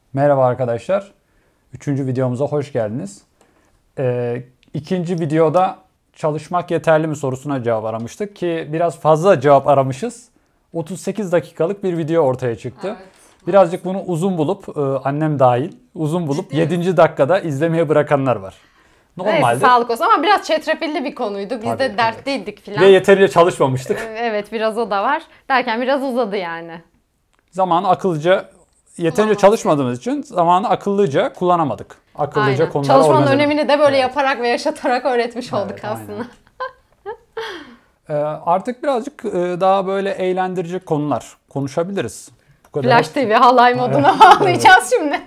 Merhaba arkadaşlar. Üçüncü videomuza hoş geldiniz. İkinci videoda çalışmak yeterli mi sorusuna cevap aramıştık ki biraz fazla cevap aramışız. 38 dakikalık bir video ortaya çıktı. Evet. Birazcık bunu uzun bulup, annem dahil uzun bulup 7. dakikada izlemeye bırakanlar var. Neyse, Normalde sağlık olsun ama biraz çetrefilli bir konuydu. Biz Tabii, de dertliydik filan. ve yeterince çalışmamıştık. Evet, biraz o da var. Derken biraz uzadı yani. Zamanı akıllıca, yeterince çalışmadığımız için zamanı akıllıca kullanamadık. Akıllıca Aynen. konulara Çalışmanın organize önemini de böyle yaparak ve yaşatarak öğretmiş olduk Evet, aslında. Artık birazcık daha böyle eğlendirici konular konuşabiliriz. Bu kadar Flash TV halay moduna bağlayacağız şimdi.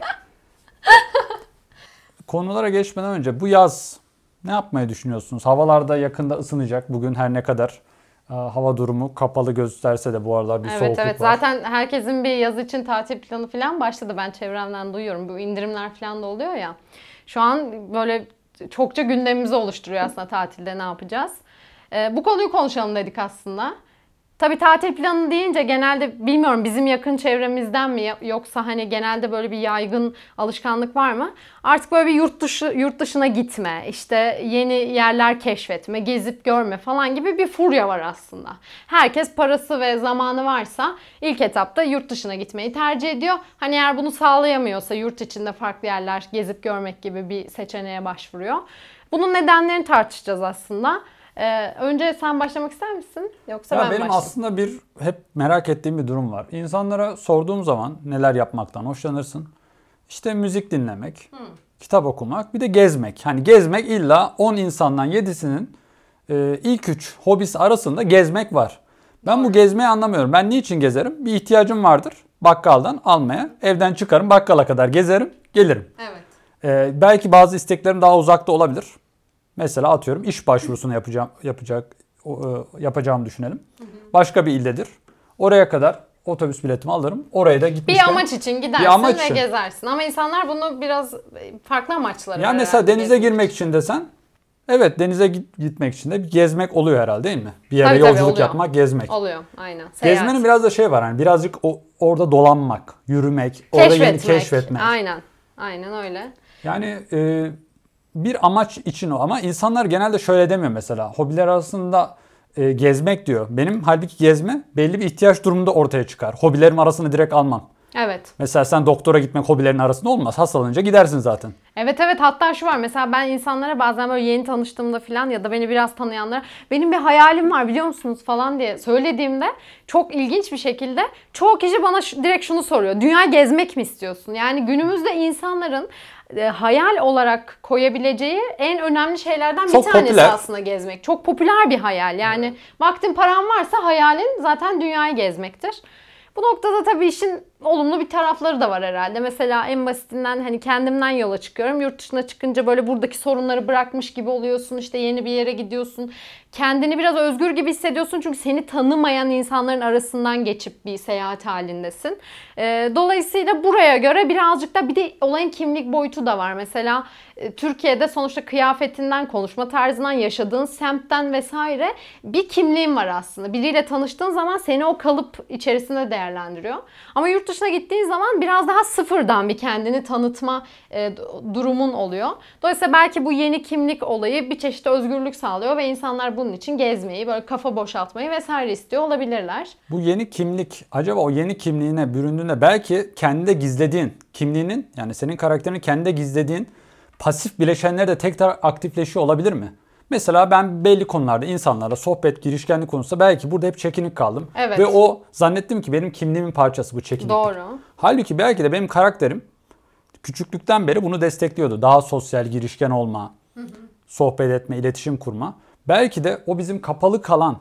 konulara geçmeden önce bu yaz ne yapmayı düşünüyorsunuz? Havalarda yakında ısınacak. Bugün her ne kadar hava durumu kapalı gösterse de bu aralar bir soğukluk var. Evet, zaten herkesin bir yaz için tatil planı falan başladı. Ben çevremden duyuyorum. Bu indirimler falan da oluyor ya. Şu an böyle çokça gündemimizi oluşturuyor aslında tatilde ne yapacağız. Bu konuyu konuşalım dedik aslında. Tabii tatil planı deyince genelde bilmiyorum bizim yakın çevremizden mi yoksa hani genelde böyle bir yaygın alışkanlık var mı? Artık böyle bir yurt dışına gitme, işte yeni yerler keşfetme, gezip görme falan gibi bir furya var aslında. Herkes parası ve zamanı varsa ilk etapta yurt dışına gitmeyi tercih ediyor. Hani eğer bunu sağlayamıyorsa yurt içinde farklı yerler gezip görmek gibi bir seçeneğe başvuruyor. Bunun nedenlerini tartışacağız aslında. Önce sen başlamak ister misin? Yoksa ben benim başlayayım. aslında hep merak ettiğim bir durum var. İnsanlara sorduğum zaman neler yapmaktan hoşlanırsın? İşte müzik dinlemek, kitap okumak, bir de gezmek. Hani gezmek illa 10 insandan 7'sinin ilk 3 hobisi arasında gezmek var. Ben bu gezmeyi anlamıyorum. Ben niçin gezerim? Bir ihtiyacım vardır. Bakkaldan almaya. Evden çıkarım, bakkala kadar gezerim, gelirim. Evet. Belki bazı isteklerim daha uzakta olabilir. Mesela atıyorum iş başvurusunu yapacağımı düşünelim. Başka bir ildedir. Oraya kadar otobüs biletimi alırım. Oraya da gitmişken. Bir amaç için gidersin amaç ve için. gezersin. Ama insanlar bunu biraz farklı amaçları var. Yani mesela herhalde denize gezmek girmek için desen, evet denize gitmek için de bir gezmek oluyor herhalde değil mi? Bir yere Tabii, yolculuk oluyor. yapmak, gezmek. Oluyor, aynen. Seyahat. Gezmenin biraz da şey var hani birazcık orada dolanmak, yürümek, orada yeni keşfetmek. Aynen. Aynen öyle. Yani bir amaç için o ama insanlar genelde şöyle demiyor mesela. Hobiler arasında gezmek diyor. Benim halbuki gezme belli bir ihtiyaç durumunda ortaya çıkar. Hobilerim arasında direkt almam. Evet. Mesela sen doktora gitmek hobilerin arasında olmaz. Hastalanınca gidersin zaten. Evet, hatta şu var mesela ben insanlara bazen böyle yeni tanıştığımda falan ya da beni biraz tanıyanlara benim bir hayalim var biliyor musunuz falan diye söylediğimde çok ilginç bir şekilde çoğu kişi bana direkt şunu soruyor. Dünya gezmek mi istiyorsun? Yani günümüzde insanların hayal olarak koyabileceği en önemli şeylerden bir tanesi popüler. aslında gezmek. Çok popüler bir hayal. Yani vaktin paran varsa hayalin zaten dünyayı gezmektir. Bu noktada tabii işin olumlu bir tarafları da var herhalde. Mesela en basitinden hani kendimden yola çıkıyorum. Yurt dışına çıkınca böyle buradaki sorunları bırakmış gibi oluyorsun. İşte yeni bir yere gidiyorsun. Kendini biraz özgür gibi hissediyorsun. Çünkü seni tanımayan insanların arasından geçip bir seyahat halindesin. Dolayısıyla buraya göre birazcık da bir de olayın kimlik boyutu da var. Mesela Türkiye'de sonuçta kıyafetinden, konuşma tarzından, yaşadığın semtten vesaire bir kimliğin var aslında. Biriyle tanıştığın zaman seni o kalıp içerisinde değerlendiriyor. Ama yurt dışına gittiğin zaman biraz daha sıfırdan bir kendini tanıtma durumun oluyor. Dolayısıyla belki bu yeni kimlik olayı bir çeşit özgürlük sağlıyor ve insanlar bunun için gezmeyi, böyle kafa boşaltmayı vesaire istiyor olabilirler. Bu yeni kimlik acaba o yeni kimliğine büründüğünde belki kendinde gizlediğin kimliğinin yani senin karakterini kendinde gizlediğin pasif bileşenler de tekrar aktifleşiyor olabilir mi? Mesela ben belli konularda insanlarla sohbet, girişkenlik konusunda belki burada hep çekinik kaldım. Evet. Ve o zannettim ki benim kimliğimin parçası bu çekiniklik. Doğru. Halbuki belki de benim karakterim küçüklükten beri bunu destekliyordu. Daha sosyal, girişken olma, sohbet etme, iletişim kurma. Belki de o bizim kapalı kalan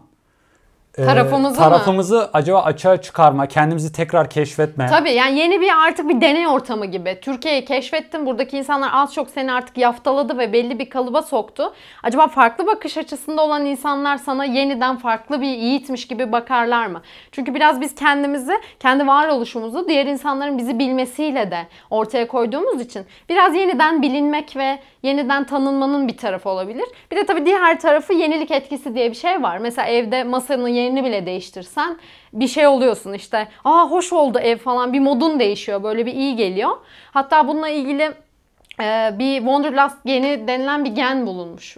tarafımızı acaba açığa çıkarma, kendimizi tekrar keşfetme. Tabii yani yeni bir artık bir deney ortamı gibi. Türkiye'yi keşfettin. Buradaki insanlar az çok seni artık yaftaladı ve belli bir kalıba soktu. Acaba farklı bakış açısında olan insanlar sana yeniden farklı bir yiğitmiş gibi bakarlar mı? Çünkü biraz biz kendimizi, kendi varoluşumuzu diğer insanların bizi bilmesiyle de ortaya koyduğumuz için biraz yeniden bilinmek ve yeniden tanınmanın bir tarafı olabilir. Bir de tabii diğer tarafı yenilik etkisi diye bir şey var. Mesela evde masanı yeni yerini bile değiştirsen bir şey oluyorsun işte. Hoş oldu ev falan, bir modun değişiyor. Böyle bir iyi geliyor. Hatta bununla ilgili bir Wanderlust geni denilen bir gen bulunmuş.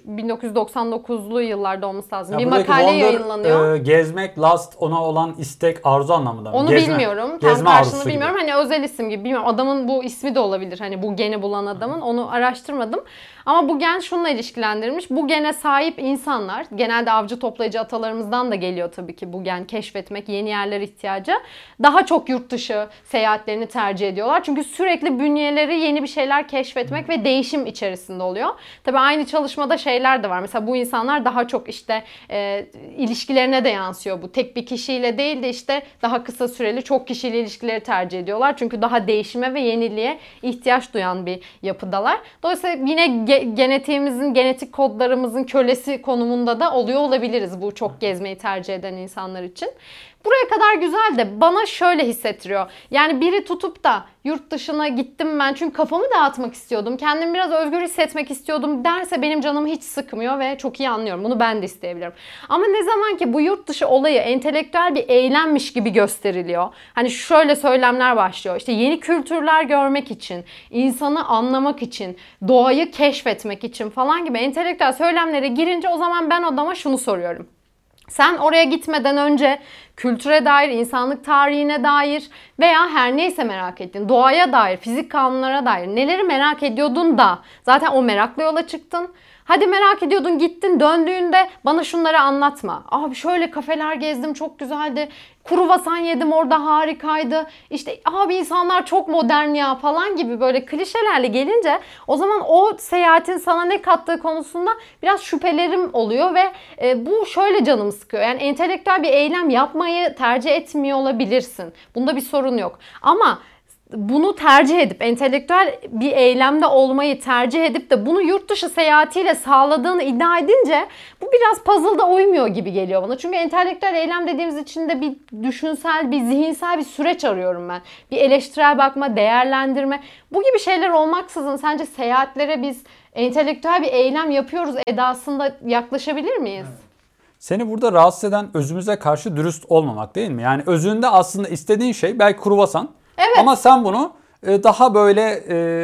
1999'lu yıllarda olması lazım. Bir makale yayınlanıyor. Gezmek, lust, ona olan istek, arzu anlamında mı? Onu bilmiyorum. Tam karşılığını bilmiyorum. Hani özel isim gibi. Bilmiyorum. Adamın bu ismi de olabilir. Hani bu geni bulan adamın. Onu araştırmadım. Ama bu gen şununla ilişkilendirilmiş. Bu gene sahip insanlar, genelde avcı toplayıcı atalarımızdan da geliyor tabii ki bu gen, keşfetmek, yeni yerler ihtiyacı. Daha çok yurt dışı seyahatlerini tercih ediyorlar. Çünkü sürekli bünyeleri yeni bir şeyler keşfetmek ve değişim içerisinde oluyor. Tabii aynı çalışmada şeyler de var. Mesela bu insanlar daha çok işte ilişkilerine de yansıyor bu. Tek bir kişiyle değil de işte daha kısa süreli çok kişili ilişkileri tercih ediyorlar. Çünkü daha değişime ve yeniliğe ihtiyaç duyan bir yapıdalar. Dolayısıyla yine genetiğimizin, genetik kodlarımızın kölesi konumunda da oluyor olabiliriz bu çok gezmeyi tercih eden insanlar için. Buraya kadar güzel de bana şöyle hissettiriyor. Yani biri tutup da yurt dışına gittim ben çünkü kafamı dağıtmak istiyordum, kendimi biraz özgür hissetmek istiyordum derse benim canımı hiç sıkmıyor ve çok iyi anlıyorum. Bunu ben de isteyebilirim. Ama ne zaman ki bu yurt dışı olayı entelektüel bir eylemmiş gibi gösteriliyor. Hani şöyle söylemler başlıyor. İşte yeni kültürler görmek için, insanı anlamak için, doğayı keşfetmek için falan gibi entelektüel söylemlere girince o zaman ben adama şunu soruyorum. Sen oraya gitmeden önce kültüre dair, insanlık tarihine dair veya her neyse merak ettiğin, doğaya dair, fizik kanunlara dair neleri merak ediyordun da zaten o merakla yola çıktın. Hadi merak ediyordun, gittin, döndüğünde bana şunları anlatma. Abi şöyle kafeler gezdim, çok güzeldi. Kruvasan yedim orada, harikaydı. İşte abi insanlar çok modern ya falan gibi böyle klişelerle gelince o zaman o seyahatin sana ne kattığı konusunda biraz şüphelerim oluyor ve bu şöyle canımı sıkıyor. Yani entelektüel bir eylem yapmayı tercih etmiyor olabilirsin. Bunda bir sorun yok. Ama bunu tercih edip, entelektüel bir eylemde olmayı tercih edip de bunu yurt dışı seyahatiyle sağladığını iddia edince bu biraz puzzle'da uymuyor gibi geliyor bana. Çünkü entelektüel eylem dediğimiz için de bir düşünsel, bir zihinsel bir süreç arıyorum ben. Bir eleştirel bakma, değerlendirme. Bu gibi şeyler olmaksızın sence seyahatlere biz entelektüel bir eylem yapıyoruz edasında yaklaşabilir miyiz? Evet. Seni burada rahatsız eden özümüze karşı dürüst olmamak değil mi? Yani özünde aslında istediğin şey belki kruvasan. Evet. Ama sen bunu daha böyle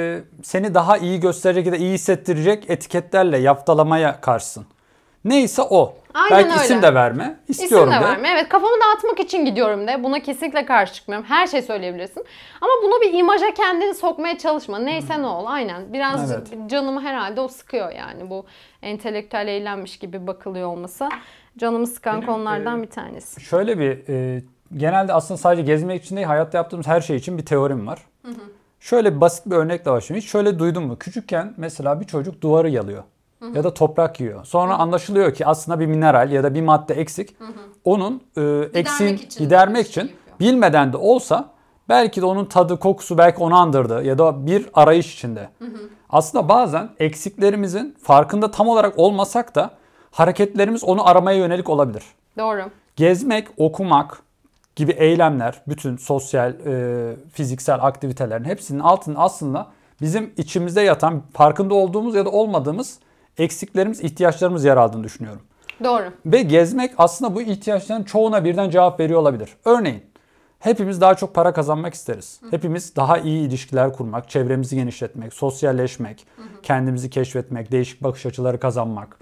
seni daha iyi gösterecek ya da iyi hissettirecek etiketlerle yaftalamaya karşısın. Neyse o. Aynen belki öyle. İsim de verme. İstiyorum İsim de de. verme. Evet, kafamı dağıtmak için gidiyorum de. Buna kesinlikle karşı çıkmıyorum. Her şey söyleyebilirsin. Ama bunu bir imaja kendini sokmaya çalışma. Neyse ne ol. Aynen. Biraz canımı herhalde o sıkıyor yani. Bu entelektüel eğlenmiş gibi bakılıyor olması. Canımı sıkan konulardan bir tanesi. Şöyle bir genelde aslında sadece gezmek için değil, hayatta yaptığımız her şey için bir teorim var. Şöyle bir basit bir örnekle başlayayım. Hiç şöyle duydun mu? Küçükken mesela bir çocuk duvarı yalıyor. Ya da toprak yiyor. Sonra anlaşılıyor ki aslında bir mineral ya da bir madde eksik. Onun eksiğini gidermek için bilmeden de olsa belki de onun tadı, kokusu belki onu andırdı ya da bir arayış içinde. Aslında bazen eksiklerimizin farkında tam olarak olmasak da hareketlerimiz onu aramaya yönelik olabilir. Doğru. Gezmek, okumak gibi eylemler, bütün sosyal, fiziksel aktivitelerin hepsinin altında aslında bizim içimizde yatan, farkında olduğumuz ya da olmadığımız eksiklerimiz, ihtiyaçlarımız yer aldığını düşünüyorum. Doğru. Ve gezmek aslında bu ihtiyaçların çoğuna birden cevap veriyor olabilir. Örneğin hepimiz daha çok para kazanmak isteriz. Hepimiz daha iyi ilişkiler kurmak, çevremizi genişletmek, sosyalleşmek, kendimizi keşfetmek, değişik bakış açıları kazanmak.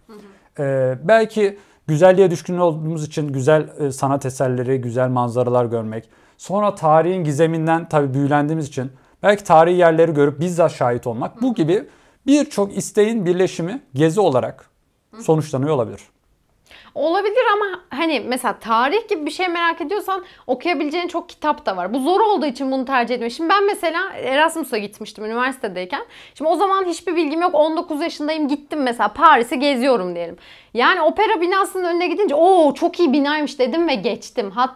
Belki güzelliğe düşkün olduğumuz için güzel sanat eserleri, güzel manzaralar görmek. Sonra tarihin gizeminden tabii büyülendiğimiz için belki tarihi yerleri görüp bizzat şahit olmak. Bu gibi birçok isteğin birleşimi gezi olarak sonuçlanıyor olabilir. Olabilir ama hani mesela tarih gibi bir şey merak ediyorsan okuyabileceğin çok kitap da var. Bu zor olduğu için bunu tercih etmiyorum. Şimdi ben mesela Erasmus'a gitmiştim üniversitedeyken. Şimdi o zaman hiçbir bilgim yok. 19 yaşındayım, gittim mesela Paris'i geziyorum diyelim. Yani opera binasının önüne gidince çok iyi binaymış dedim ve geçtim. Hatta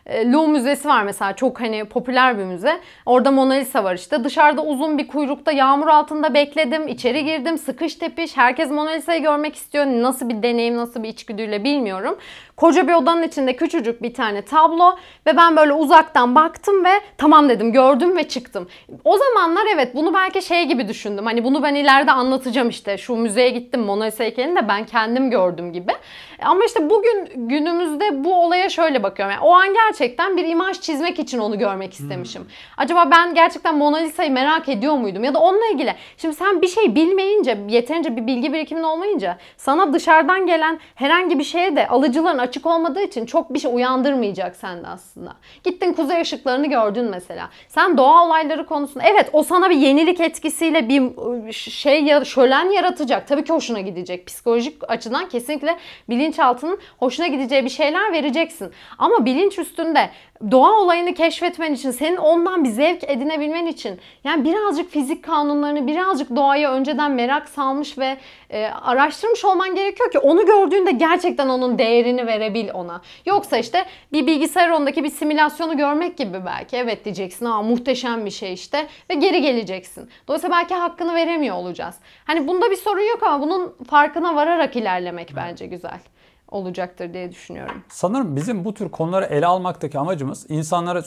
Louvre Müzesi var mesela, çok hani popüler bir müze. Orada Mona Lisa var işte. Dışarıda uzun bir kuyrukta yağmur altında bekledim. İçeri girdim, sıkış tepiş. Herkes Mona Lisa'yı görmek istiyor. Nasıl bir deneyim, nasıl bir içgüdüyle bilmiyorum. Koca bir odanın içinde küçücük bir tane tablo ve ben böyle uzaktan baktım ve tamam dedim, gördüm ve çıktım. O zamanlar evet, bunu belki şey gibi düşündüm. Hani bunu ben ileride anlatacağım işte. Şu müzeye gittim, Mona Lisa heykelini de ben kendim gördüm gibi. Ama işte bugün günümüzde bu olaya şöyle bakıyorum. Yani o an gerçekten bir imaj çizmek için onu görmek istemişim. Acaba ben gerçekten Mona Lisa'yı merak ediyor muydum? Ya da onunla ilgili. Şimdi sen bir şey bilmeyince, yeterince bir bilgi birikimin olmayınca sana dışarıdan gelen herhangi bir şeye de alıcıların açık olmadığı için çok bir şey uyandırmayacak sende aslında. Gittin kuzey ışıklarını gördün mesela. Sen doğa olayları konusunda evet, o sana bir yenilik etkisiyle bir şey, şölen yaratacak. Tabii ki hoşuna gidecek. Psikolojik açıdan kesinlikle bilinçaltının hoşuna gideceği bir şeyler vereceksin. Ama bilinç üstünde doğa olayını keşfetmen için, senin ondan bir zevk edinebilmen için yani birazcık fizik kanunlarını, birazcık doğaya önceden merak salmış ve araştırmış olman gerekiyor ki onu gördüğünde gerçekten onun değerini verebil ona. Yoksa işte bir bilgisayar oyunundaki bir simülasyonu görmek gibi belki. Evet diyeceksin, muhteşem bir şey işte ve geri geleceksin. Dolayısıyla belki hakkını veremiyor olacağız. Hani bunda bir sorun yok ama bunun farkına vararak ilerlemek bence güzel olacaktır diye düşünüyorum. Sanırım bizim bu tür konuları ele almaktaki amacımız insanlara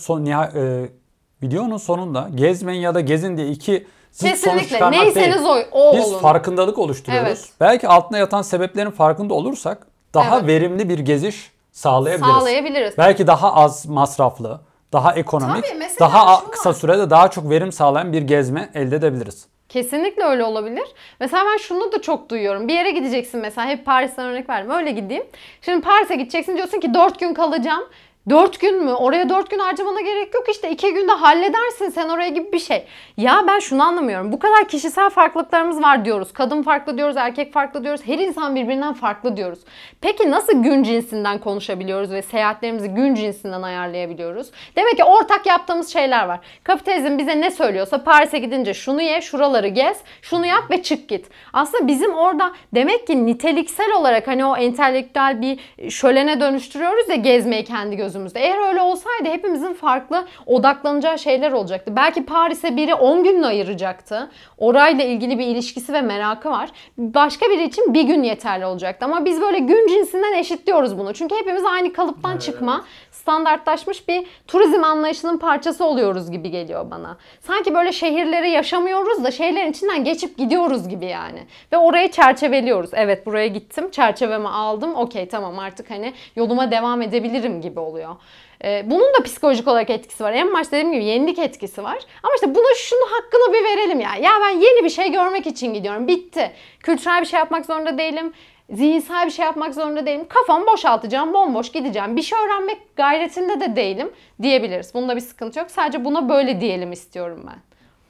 videonun sonunda gezmeyin ya da gezin diye iki zıt sonuç çıkarmak değil. Neyseniz o Biz olun. farkındalık oluşturuyoruz. Evet. Belki altına yatan sebeplerin farkında olursak daha verimli bir geziş sağlayabiliriz. Belki daha az masraflı, daha ekonomik, daha kısa sürede daha çok verim sağlayan bir gezme elde edebiliriz. Kesinlikle öyle olabilir. Mesela ben şunu da çok duyuyorum. Bir yere gideceksin mesela. Hep Paris'ten örnek verdim. Öyle gideyim. Şimdi Paris'e gideceksin, diyorsun ki 4 gün kalacağım. 4 gün mü? Oraya 4 gün harcamana gerek yok. İşte 2 günde halledersin sen oraya gibi bir şey. Ya ben şunu anlamıyorum. Bu kadar kişisel farklılıklarımız var diyoruz. Kadın farklı diyoruz, erkek farklı diyoruz. Her insan birbirinden farklı diyoruz. Peki nasıl gün cinsinden konuşabiliyoruz ve seyahatlerimizi gün cinsinden ayarlayabiliyoruz? Demek ki ortak yaptığımız şeyler var. Kapitalizm bize ne söylüyorsa, Paris'e gidince şunu ye, şuraları gez, şunu yap ve çık git. Aslında bizim orada demek ki niteliksel olarak hani o entelektüel bir şölene dönüştürüyoruz ya gezmeyi kendi gözümüzde. Eğer öyle olsaydı hepimizin farklı odaklanacağı şeyler olacaktı. Belki Paris'e biri 10 günle ayıracaktı. Orayla ilgili bir ilişkisi ve merakı var. Başka biri için bir gün yeterli olacaktı. Ama biz böyle gün cinsinden eşitliyoruz bunu. Çünkü hepimiz aynı kalıptan çıkma, standartlaşmış bir turizm anlayışının parçası oluyoruz gibi geliyor bana. Sanki böyle şehirleri yaşamıyoruz da şehirlerin içinden geçip gidiyoruz gibi yani. Ve orayı çerçeveliyoruz. Evet, buraya gittim, çerçevemi aldım. Okey, tamam, artık hani yoluma devam edebilirim gibi oluyor. Bunun da psikolojik olarak etkisi var. En başta dediğim gibi yenilik etkisi var. Ama işte buna şunu hakkını bir verelim ya. Ya ben yeni bir şey görmek için gidiyorum. Bitti. Kültürel bir şey yapmak zorunda değilim. Zihinsel bir şey yapmak zorunda değilim. Kafamı boşaltacağım, bomboş gideceğim. Bir şey öğrenmek gayretinde de değilim diyebiliriz. Bunda bir sıkıntı yok. Sadece buna böyle diyelim istiyorum ben.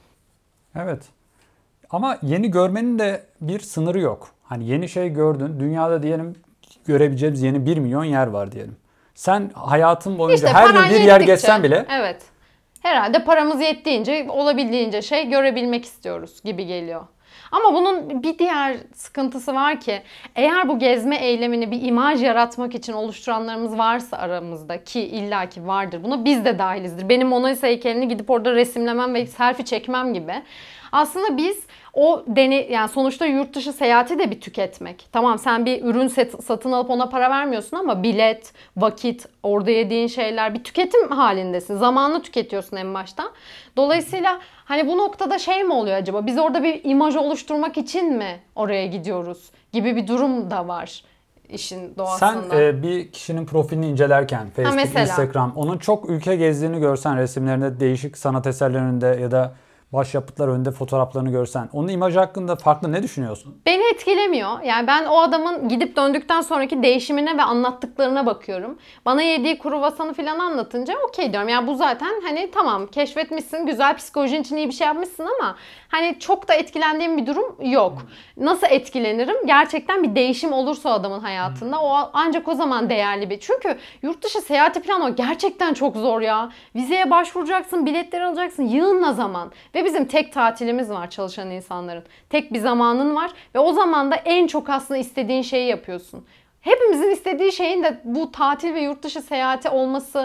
Evet. Ama yeni görmenin de bir sınırı yok. Hani yeni şey gördün. Dünyada diyelim görebileceğimiz yeni 1 milyon yer var diyelim. Sen hayatın boyunca işte her gün bir yer gezsen bile. Evet. Herhalde paramız yettiğince, olabildiğince şey görebilmek istiyoruz gibi geliyor. Ama bunun bir diğer sıkıntısı var ki eğer bu gezme eylemini bir imaj yaratmak için oluşturanlarımız varsa aramızda, ki illaki vardır, buna biz de dahilizdir. Benim Mona Lisa heykelini gidip orada resimlemem ve selfie çekmem gibi. Aslında biz o yani sonuçta yurt dışı seyahati de bir tüketmek. Tamam, sen bir ürün satın alıp ona para vermiyorsun ama bilet, vakit, orada yediğin şeyler, bir tüketim halindesin. Zamanını tüketiyorsun en başta. Dolayısıyla hani bu noktada şey mi oluyor acaba? Biz orada bir imaj oluşturmak için mi oraya gidiyoruz gibi bir durum da var işin doğasında. Sen bir kişinin profilini incelerken Facebook, Instagram, onun çok ülke gezdiğini görsen, resimlerinde değişik sanat eserlerinde ya da başyapıtlar önünde fotoğraflarını görsen, onun imajı hakkında farklı ne düşünüyorsun? Beni etkilemiyor. Yani ben o adamın gidip döndükten sonraki değişimine ve anlattıklarına bakıyorum. Bana yediği kruvasanı falan anlatınca okey diyorum. Yani bu zaten hani tamam, keşfetmişsin, güzel, psikolojin için iyi bir şey yapmışsın ama hani çok da etkilendiğim bir durum yok. Nasıl etkilenirim? Gerçekten bir değişim olursa o adamın hayatında o ancak o zaman değerli bir. Çünkü yurt dışı seyahati falan o gerçekten çok zor ya. Vizeye başvuracaksın, biletleri alacaksın, yığınla zaman. Ve bizim tek tatilimiz var çalışan insanların. Tek bir zamanın var ve o zaman da en çok aslında istediğin şeyi yapıyorsun. Hepimizin istediği şeyin de bu tatil ve yurt dışı seyahati olması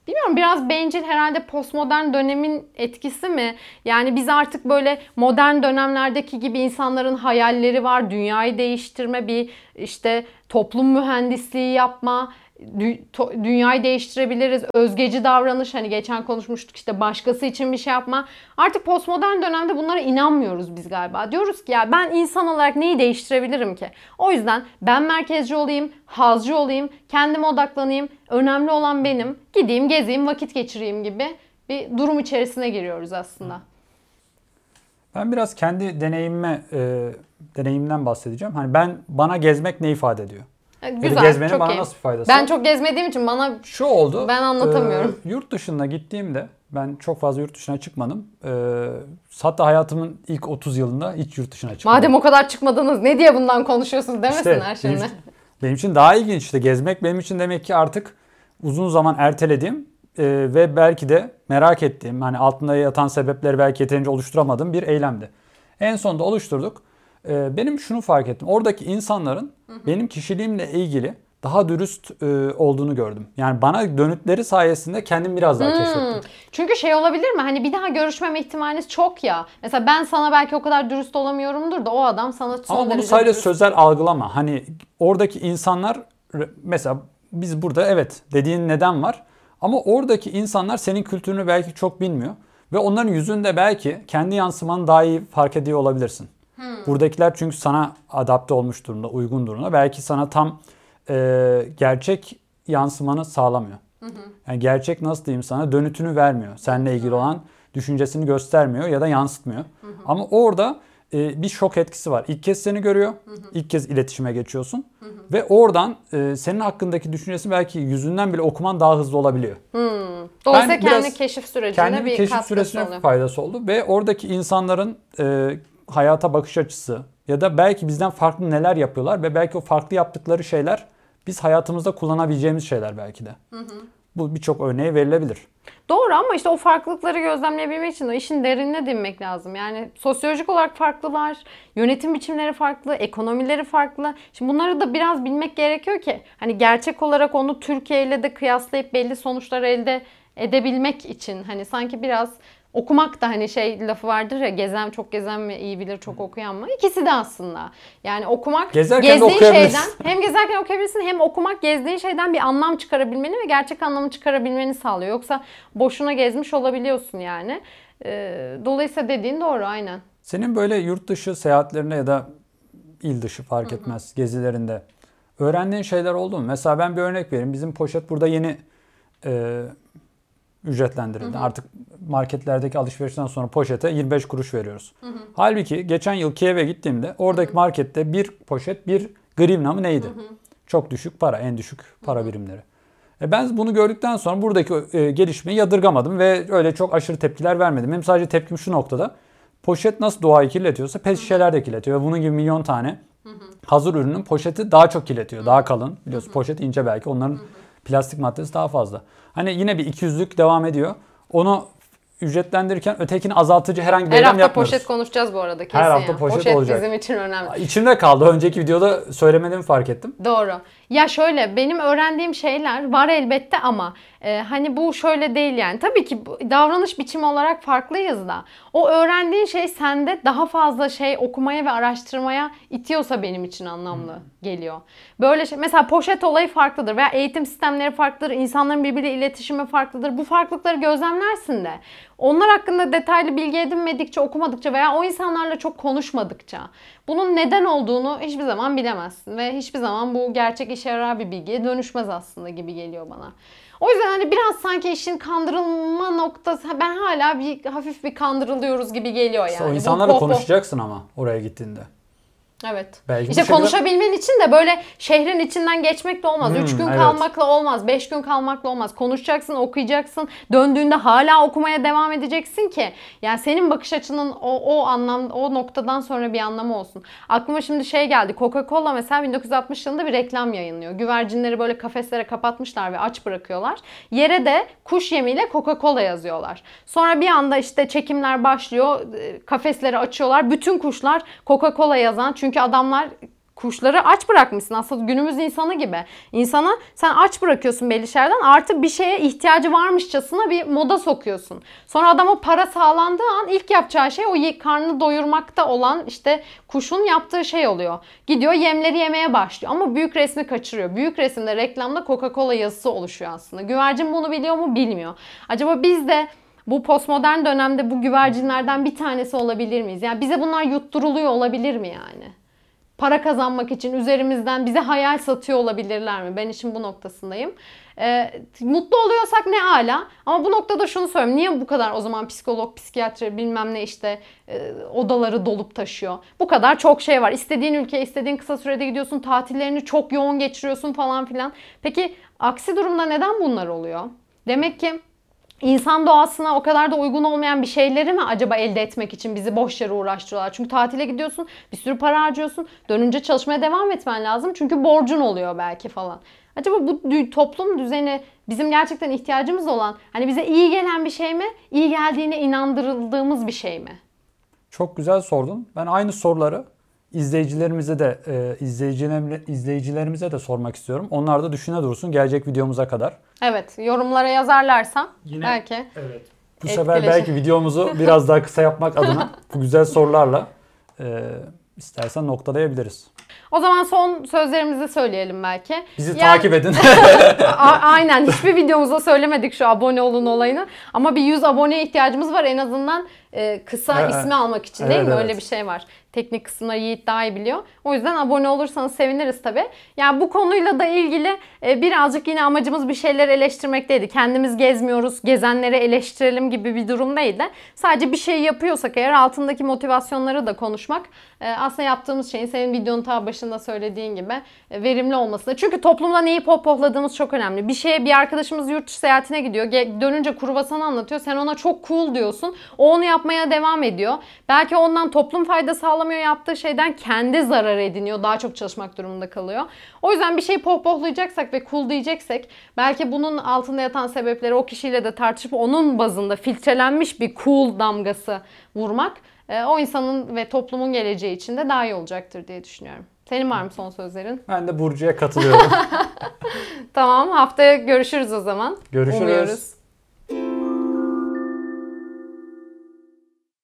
Bilmiyorum, biraz bencil herhalde, postmodern dönemin etkisi mi? Yani biz artık böyle modern dönemlerdeki gibi insanların hayalleri var. Dünyayı değiştirme, bir işte toplum mühendisliği yapma, dünyayı değiştirebiliriz. Özgeci davranış, hani geçen konuşmuştuk, işte başkası için bir şey yapma. Artık postmodern dönemde bunlara inanmıyoruz biz galiba. Diyoruz ki ya ben insan olarak neyi değiştirebilirim ki? O yüzden ben merkezci olayım, hazcı olayım, kendime odaklanayım. Önemli olan benim. Gideyim, gezeyim, vakit geçireyim gibi bir durum içerisine giriyoruz aslında. Ben biraz kendi deneyimimden bahsedeceğim. Hani bana gezmek ne ifade ediyor? Güzel, gezmenin çok bana iyi. nasıl bir faydası Ben var? çok gezmediğim için bana Şu oldu. ben anlatamıyorum. Yurt dışına gittiğimde ben çok fazla yurt dışına çıkmadım. Hatta hayatımın ilk 30 yılında hiç yurt dışına çıkmadım. Madem o kadar çıkmadınız, ne diye bundan konuşuyorsunuz demesinler şimdi. Benim için daha ilginç, işte gezmek benim için demek ki artık uzun zaman ertelediğim ve belki de merak ettiğim, hani altında yatan sebepleri belki yeterince oluşturamadığım bir eylemdi. En sonunda oluşturduk. Benim şunu fark ettim. Oradaki insanların benim kişiliğimle ilgili daha dürüst olduğunu gördüm. Yani bana dönütleri sayesinde kendim biraz daha keşfettim. Çünkü şey olabilir mi? Hani bir daha görüşmeme ihtimaliniz çok ya. Mesela ben sana belki o kadar dürüst olamıyorumdur da o adam sana son Ama bunu derece sadece dürüst. sözel algılama. Hani oradaki insanlar, mesela biz burada evet dediğin neden var. Ama oradaki insanlar senin kültürünü belki çok bilmiyor. Ve onların yüzünde belki kendi yansımanı daha iyi fark ediyor olabilirsin. Buradakiler çünkü sana adapte olmuş durumda, uygun durumda. Belki sana tam gerçek yansımanı sağlamıyor. Yani gerçek, nasıl diyeyim sana, dönütünü vermiyor. Seninle ilgili olan düşüncesini göstermiyor ya da yansıtmıyor. Ama orada bir şok etkisi var. İlk kez seni görüyor. İlk kez iletişime geçiyorsun. Ve oradan senin hakkındaki düşüncesi belki yüzünden bile okuman daha hızlı olabiliyor. Dolayısıyla kendi keşif sürecine bir keşif katkısı sürecine oluyor. faydası oldu. Ve oradaki insanların hayata bakış açısı ya da belki bizden farklı neler yapıyorlar ve belki o farklı yaptıkları şeyler biz hayatımızda kullanabileceğimiz şeyler belki de. Bu birçok örneği verilebilir. Doğru, ama işte o farklılıkları gözlemleyebilmek için o işin derinine dinmek lazım. Yani sosyolojik olarak farklılar, yönetim biçimleri farklı, ekonomileri farklı. Şimdi bunları da biraz bilmek gerekiyor ki hani gerçek olarak onu Türkiye ile de kıyaslayıp belli sonuçlar elde edebilmek için hani sanki biraz okumak da, hani şey lafı vardır ya, çok gezen mi iyi bilir, çok okuyan mı? İkisi de aslında. Yani okumak, gezerken gezdiğin de şeyden hem gezerken okuyabilirsin, hem okumak gezdiğin şeyden bir anlam çıkarabilmeni ve gerçek anlamı çıkarabilmeni sağlıyor. Yoksa boşuna gezmiş olabiliyorsun yani. Dolayısıyla dediğin doğru, aynen. Senin böyle yurt dışı seyahatlerinde ya da il dışı fark etmez gezilerinde öğrendiğin şeyler oldu mu? Mesela ben bir örnek vereyim. Bizim poşet burada yeni ücretlendirildi. Artık marketlerdeki alışverişten sonra poşete 25 kuruş veriyoruz. Halbuki geçen yıl Kiev'e gittiğimde oradaki markette bir poşet 1 grivna mı neydi? Çok düşük para, en düşük para birimleri. Ben bunu gördükten sonra buradaki gelişmeyi yadırgamadım ve öyle çok aşırı tepkiler vermedim. Benim sadece tepkim şu noktada: poşet nasıl doğayı kirletiyorsa pet şişeler de kirletiyor. Ve bunun gibi milyon tane hazır ürünün poşeti daha çok kirletiyor. Daha kalın. Biliyorsun poşet ince belki. Onların plastik maddesi daha fazla. Hani yine bir 200'lük devam ediyor. Onu ücretlendirirken ötekini azaltıcı herhangi bir eylem yapmıyoruz. Her hafta poşet konuşacağız bu arada kesin. Her hafta poşet olacak. Bizim için önemli. İçimde kaldı. Önceki videoda söylemediğimi fark ettim. Doğru. Ya şöyle, benim öğrendiğim şeyler var elbette ama hani bu şöyle değil yani. Tabii ki davranış biçimi olarak farklıyız da o öğrendiğin şey sende daha fazla şey okumaya ve araştırmaya itiyorsa benim için anlamlı geliyor. Böyle şey, mesela poşet olayı farklıdır veya eğitim sistemleri farklıdır, insanların birbiriyle iletişimi farklıdır. Bu farklılıkları gözlemlersin de onlar hakkında detaylı bilgi edinmedikçe, okumadıkça veya o insanlarla çok konuşmadıkça bunun neden olduğunu hiçbir zaman bilemezsin ve hiçbir zaman bu gerçek işe yarar bir bilgiye dönüşmez aslında gibi geliyor bana. O yüzden hani biraz sanki işin kandırılma noktası, ben hala hafif bir kandırılıyoruz gibi geliyor yani. O insanlarla konuşacaksın ama oraya gittiğinde. Evet. Belki işte konuşabilmen için de böyle şehrin içinden geçmekle olmaz. 3 gün kalmakla olmaz. 5 gün kalmakla olmaz. Konuşacaksın, okuyacaksın. Döndüğünde hala okumaya devam edeceksin ki yani senin bakış açının o noktadan sonra bir anlamı olsun. Aklıma şimdi şey geldi. Coca-Cola mesela 1960 yılında bir reklam yayınlıyor. Güvercinleri böyle kafeslere kapatmışlar ve aç bırakıyorlar. Yere de kuş yemiyle Coca-Cola yazıyorlar. Sonra bir anda işte çekimler başlıyor. Kafesleri açıyorlar. Bütün kuşlar Coca-Cola yazan, çünkü adamlar Kuşları aç bırakmışsın. Aslında günümüz insanı gibi. İnsana sen aç bırakıyorsun belli şeylerden. Artık bir şeye ihtiyacı varmışçasına bir moda sokuyorsun. Sonra adam o para sağlandığı an ilk yapacağı şey o karnını doyurmakta olan işte kuşun yaptığı şey oluyor. Gidiyor yemleri yemeye başlıyor. Ama büyük resmi kaçırıyor. Büyük resimde reklamda Coca-Cola yazısı oluşuyor aslında. Güvercin bunu biliyor mu? Bilmiyor. Acaba biz de bu postmodern dönemde bu güvercinlerden bir tanesi olabilir miyiz? Yani bize bunlar yutturuluyor olabilir mi yani? Para kazanmak için üzerimizden bize hayal satıyor olabilirler mi? Ben işin bu noktasındayım. Mutlu oluyorsak ne ala. Ama bu noktada şunu söyleyeyim. Niye bu kadar o zaman psikolog, psikiyatri bilmem ne işte odaları dolup taşıyor? Bu kadar çok şey var. İstediğin ülkeye istediğin kısa sürede gidiyorsun. Tatillerini çok yoğun geçiriyorsun falan filan. Peki aksi durumda neden bunlar oluyor? Demek ki İnsan doğasına o kadar da uygun olmayan bir şeyleri mi acaba elde etmek için bizi boş yere uğraştırıyorlar? Çünkü tatile gidiyorsun, bir sürü para harcıyorsun. Dönünce çalışmaya devam etmen lazım. Çünkü borcun oluyor belki falan. Acaba bu toplum düzeni bizim gerçekten ihtiyacımız olan, hani bize iyi gelen bir şey mi? İyi geldiğine inandırıldığımız bir şey mi? Çok güzel sordun. Ben aynı soruları izleyicilerimize de sormak istiyorum. Onlar da düşüne dursun gelecek videomuza kadar. Evet, yorumlara yazarlarsa yine, belki. Evet. Bu sefer belki videomuzu biraz daha kısa yapmak adına bu güzel sorularla istersen noktalayabiliriz. O zaman son sözlerimizi söyleyelim belki. Bizi takip edin. Aynen. Hiçbir videomuzda söylemedik şu abone olun olayını. Ama bir 100 aboneye ihtiyacımız var en azından kısa ismi almak için değil mi? Evet. Öyle bir şey var. Teknik kısımları Yiğit daha iyi biliyor. O yüzden abone olursanız seviniriz tabii. Yani bu konuyla da ilgili birazcık yine amacımız bir şeyleri eleştirmekteydi. Kendimiz gezmiyoruz, gezenleri eleştirelim gibi bir durum değil de sadece bir şey yapıyorsak eğer altındaki motivasyonları da konuşmak aslında yaptığımız şeyin senin videonun ta başında söylediğin gibi verimli olmasını. Çünkü toplumda neyi pohpohladığımız çok önemli. Bir arkadaşımız yurt dışı seyahatine gidiyor. Dönünce kruvasanı anlatıyor. Sen ona çok cool diyorsun. O onu yapmaya devam ediyor. Belki ondan toplum fayda sağlamıyor, yaptığı şeyden kendi zarar ediniyor. Daha çok çalışmak durumunda kalıyor. O yüzden bir şeyi pohpohlayacaksak ve cool diyeceksek belki bunun altında yatan sebepleri o kişiyle de tartışıp onun bazında filtrelenmiş bir cool damgası vurmak o insanın ve toplumun geleceği için de daha iyi olacaktır diye düşünüyorum. Senin var mı son sözlerin? Ben de Burcu'ya katılıyorum. Tamam, haftaya görüşürüz o zaman. Görüşürüz. Umuyoruz.